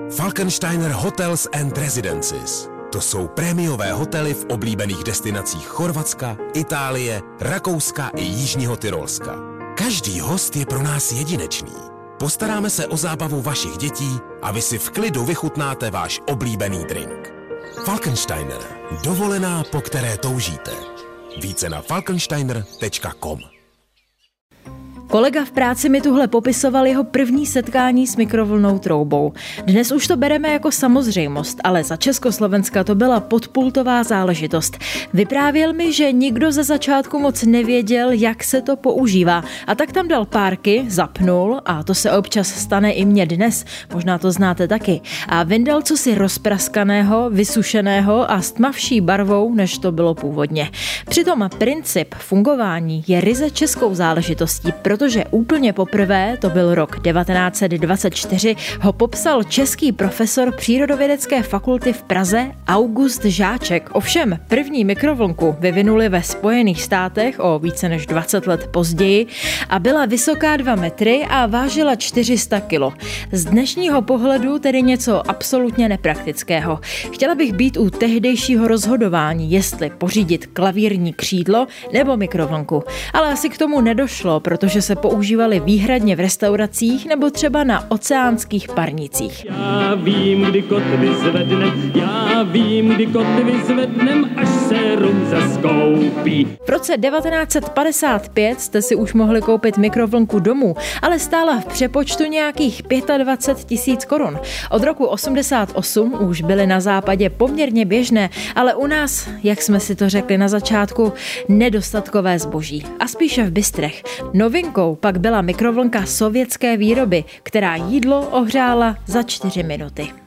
Falkensteiner Hotels and Residences. To jsou prémiové hotely v oblíbených destinacích Chorvatska, Itálie, Rakouska i Jižního Tyrolska. Každý host je pro nás jedinečný. Postaráme se o zábavu vašich dětí a vy si v klidu vychutnáte váš oblíbený drink. Falkensteiner. Dovolená, po které toužíte. Více na falkensteiner.com. Kolega v práci mi tuhle popisoval jeho první setkání s mikrovlnnou troubou. Dnes už to bereme jako samozřejmost, ale za Československa to byla podpultová záležitost. Vyprávěl mi, že nikdo ze začátku moc nevěděl, jak se to používá. A tak tam dal párky, zapnul, a to se občas stane i mně dnes, možná to znáte taky, a vyndal cosi rozpraskaného, vysušeného a s tmavší barvou, než to bylo původně. Přitom princip fungování je ryze českou záležitostí, protože úplně poprvé, to byl rok 1924, ho popsal český profesor Přírodovědecké fakulty v Praze August Žáček. Ovšem první mikrovlnku vyvinuli ve Spojených státech o více než 20 let později a byla vysoká 2 metry a vážila 400 kilo. Z dnešního pohledu tedy něco absolutně nepraktického. Chtěla bych být u tehdejšího rozhodování, jestli pořídit klavírní křídlo nebo mikrovlnku. Ale asi k tomu nedošlo, protože se používaly výhradně v restauracích nebo třeba na oceánských parnicích. Já vím, kdy kotvy zvednem, až se rum zaskoupí. V roce 1955 jste si už mohli koupit mikrovlnku domů, ale stála v přepočtu nějakých 25 000 korun. Od roku 88 už byly na západě poměrně běžné, ale u nás, jak jsme si to řekli na začátku, nedostatkové zboží. A spíše v Bystrech. Novinkou pak byla mikrovlnka sovětské výroby, která jídlo ohřála za 4 minuty.